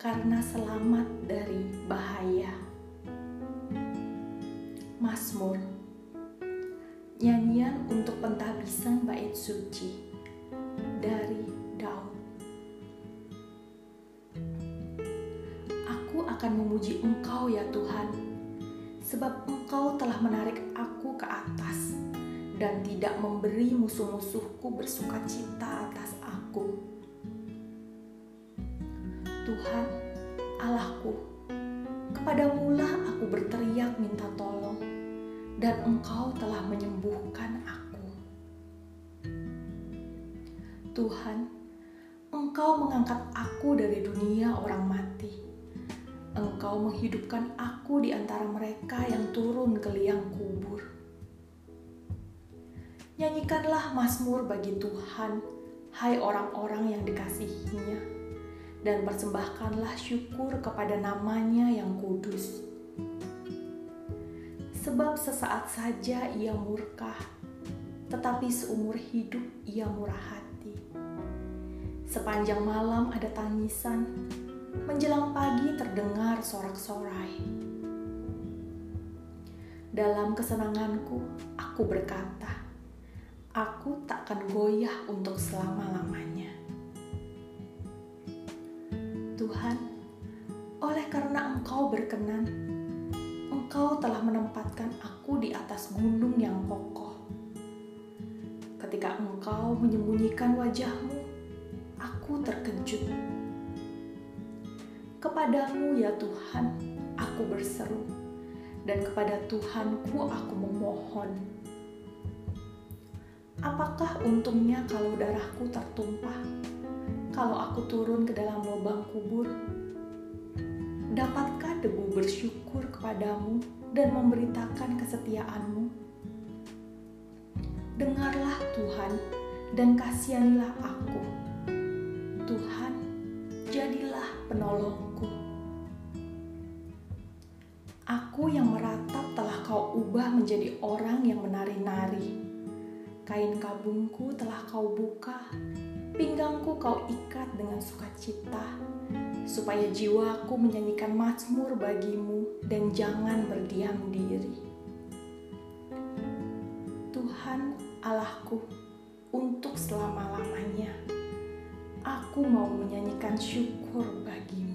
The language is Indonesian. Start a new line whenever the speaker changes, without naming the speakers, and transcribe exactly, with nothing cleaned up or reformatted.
karena selamat dari bahaya. Mazmur, nyanyian untuk pentahbisan bait suci dari Daud. Aku akan memuji Engkau ya Tuhan, sebab Engkau telah menarik aku ke atas dan tidak memberi musuh-musuhku bersukacita atas aku. Tuhan, Allahku, kepadamulah aku berteriak minta tolong, dan Engkau telah menyembuhkan aku. Tuhan, Engkau mengangkat aku dari dunia orang mati. Engkau menghidupkan aku di antara mereka yang turun ke liang kubur. Nyanyikanlah mazmur bagi Tuhan, hai orang-orang yang dikasihinya, dan persembahkanlah syukur kepada namanya yang kudus. Sebab sesaat saja ia murka, tetapi seumur hidup ia murah hati. Sepanjang malam ada tangisan, menjelang pagi terdengar sorak-sorai. Dalam kesenanganku, aku berkata, aku takkan goyah untuk selama-lamanya. Tuhan, oleh karena Engkau berkenan, Engkau telah menempatkan aku di atas gunung yang kokoh. Ketika Engkau menyembunyikan wajah-Mu, aku terkejut. Kepadamu ya Tuhan, aku berseru, dan kepada Tuhanku aku memohon. Apakah untungnya kalau darahku tertumpah, kalau aku turun ke dalam lubang kubur? Dapatkah debu bersyukur kepadamu dan memberitakan kesetiaan-Mu? Dengarlah Tuhan, dan kasihanilah aku. Tuhan, jadilah penolongku. Aku yang meratap telah Kau ubah menjadi orang yang menari-nari. Kain kabungku telah Kau buka, pinggangku Kau ikat dengan sukacita, supaya jiwaku menyanyikan mazmur bagi-Mu dan jangan berdiam diri. Tuhan Allahku, untuk selama-lamanya, aku mau menyanyikan syukur bagi-Mu.